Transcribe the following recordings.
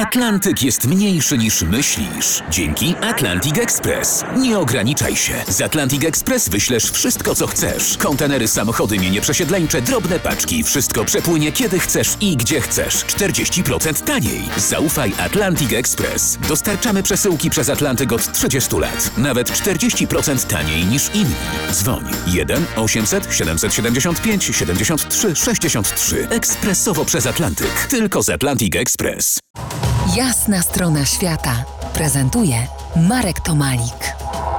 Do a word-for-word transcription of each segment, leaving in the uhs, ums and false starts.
Atlantyk jest mniejszy niż myślisz. Dzięki Atlantic Express. Nie ograniczaj się. Z Atlantic Express wyślesz wszystko, co chcesz. Kontenery, samochody, mienie przesiedleńcze, drobne paczki. Wszystko przepłynie kiedy chcesz i gdzie chcesz. czterdzieści procent taniej. Zaufaj Atlantic Express. Dostarczamy przesyłki przez Atlantyk od trzydziestu lat. Nawet czterdzieści procent taniej niż inni. Dzwoń jeden osiemset siedemset siedemdziesiąt pięć siedemdziesiąt trzy sześćdziesiąt trzy. Ekspresowo przez Atlantyk. Tylko z Atlantic Express. Jasna strona świata prezentuje Marek Tomalik.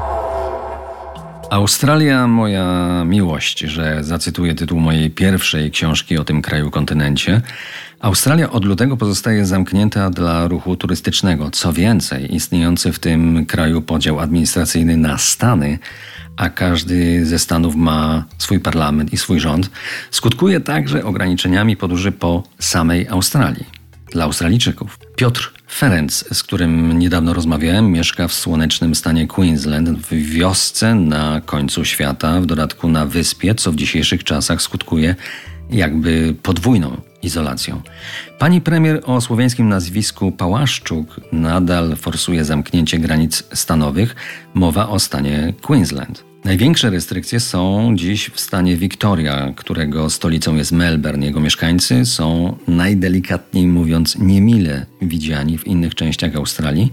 Australia, moja miłość, że zacytuję tytuł mojej pierwszej książki o tym kraju kontynencie. Australia od lutego pozostaje zamknięta dla ruchu turystycznego. Co więcej, istniejący w tym kraju podział administracyjny na stany, a każdy ze stanów ma swój parlament i swój rząd, skutkuje także ograniczeniami podróży po samej Australii. Dla Australijczyków. Piotr Ferenc, z którym niedawno rozmawiałem, mieszka w słonecznym stanie Queensland, w wiosce na końcu świata, w dodatku na wyspie, co w dzisiejszych czasach skutkuje jakby podwójną izolacją. Pani premier o słowiańskim nazwisku Pałaszczuk nadal forsuje zamknięcie granic stanowych. Mowa o stanie Queensland. Największe restrykcje są dziś w stanie Victoria, którego stolicą jest Melbourne. Jego mieszkańcy są, najdelikatniej mówiąc, niemile widziani w innych częściach Australii.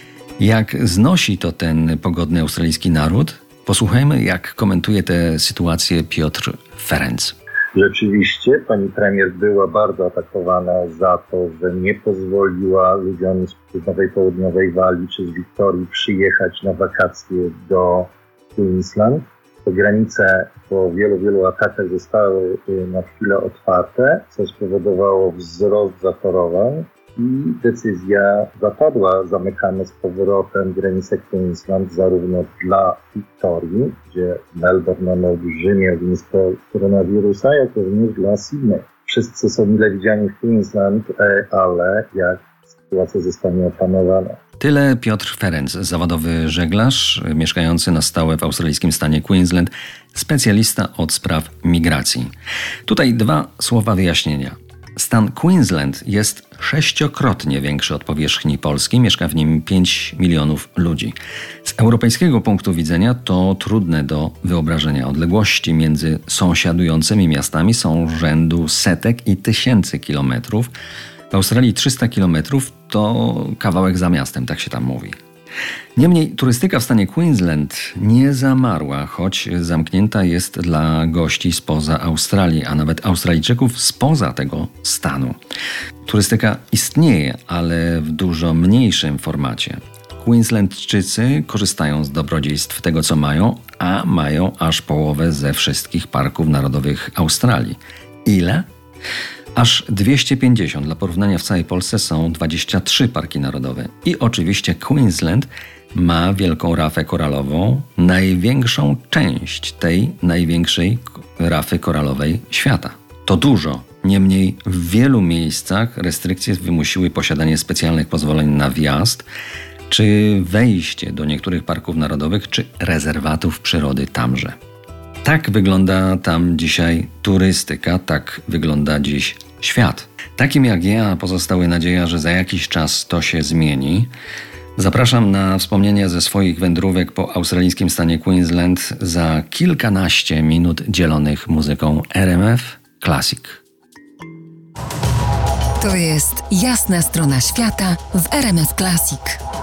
Jak znosi to ten pogodny australijski naród? Posłuchajmy, jak komentuje tę sytuację Piotr Ferenc. Rzeczywiście pani premier była bardzo atakowana za to, że nie pozwoliła ludziom z Nowej Południowej Walii czy z Wiktorii przyjechać na wakacje do Queensland. Te granice po wielu, wielu atakach zostały na chwilę otwarte, co spowodowało wzrost zachorowań i decyzja zapadła. Zamykamy z powrotem granice Queensland zarówno dla Wiktorii, gdzie Melbourne mamy olbrzymie ognisko koronawirusa, jak również dla Sydney. Wszyscy są mile widziani w Queensland, ale jak sytuacja zostanie opanowana. Tyle Piotr Ferenc, zawodowy żeglarz, mieszkający na stałe w australijskim stanie Queensland, specjalista od spraw migracji. Tutaj dwa słowa wyjaśnienia. Stan Queensland jest sześciokrotnie większy od powierzchni Polski, mieszka w nim pięć milionów ludzi. Z europejskiego punktu widzenia to trudne do wyobrażenia. Odległości między sąsiadującymi miastami są rzędu setek i tysięcy kilometrów. W Australii trzysta kilometrów to kawałek za miastem, tak się tam mówi. Niemniej turystyka w stanie Queensland nie zamarła, choć zamknięta jest dla gości spoza Australii, a nawet Australijczyków spoza tego stanu. Turystyka istnieje, ale w dużo mniejszym formacie. Queenslandczycy korzystają z dobrodziejstw tego, co mają, a mają aż połowę ze wszystkich parków narodowych Australii. Ile? Aż dwieście pięćdziesiąt. Dla porównania w całej Polsce są dwadzieścia trzy parki narodowe. I oczywiście Queensland ma wielką rafę koralową, największą część tej największej rafy koralowej świata. To dużo. Niemniej w wielu miejscach restrykcje wymusiły posiadanie specjalnych pozwoleń na wjazd, czy wejście do niektórych parków narodowych, czy rezerwatów przyrody tamże. Tak wygląda tam dzisiaj turystyka, tak wygląda dziś świat. Takim jak ja pozostały nadzieja, że za jakiś czas to się zmieni. Zapraszam na wspomnienia ze swoich wędrówek po australijskim stanie Queensland za kilkanaście minut dzielonych muzyką R M F Classic. To jest Jasna strona świata w R M F Classic.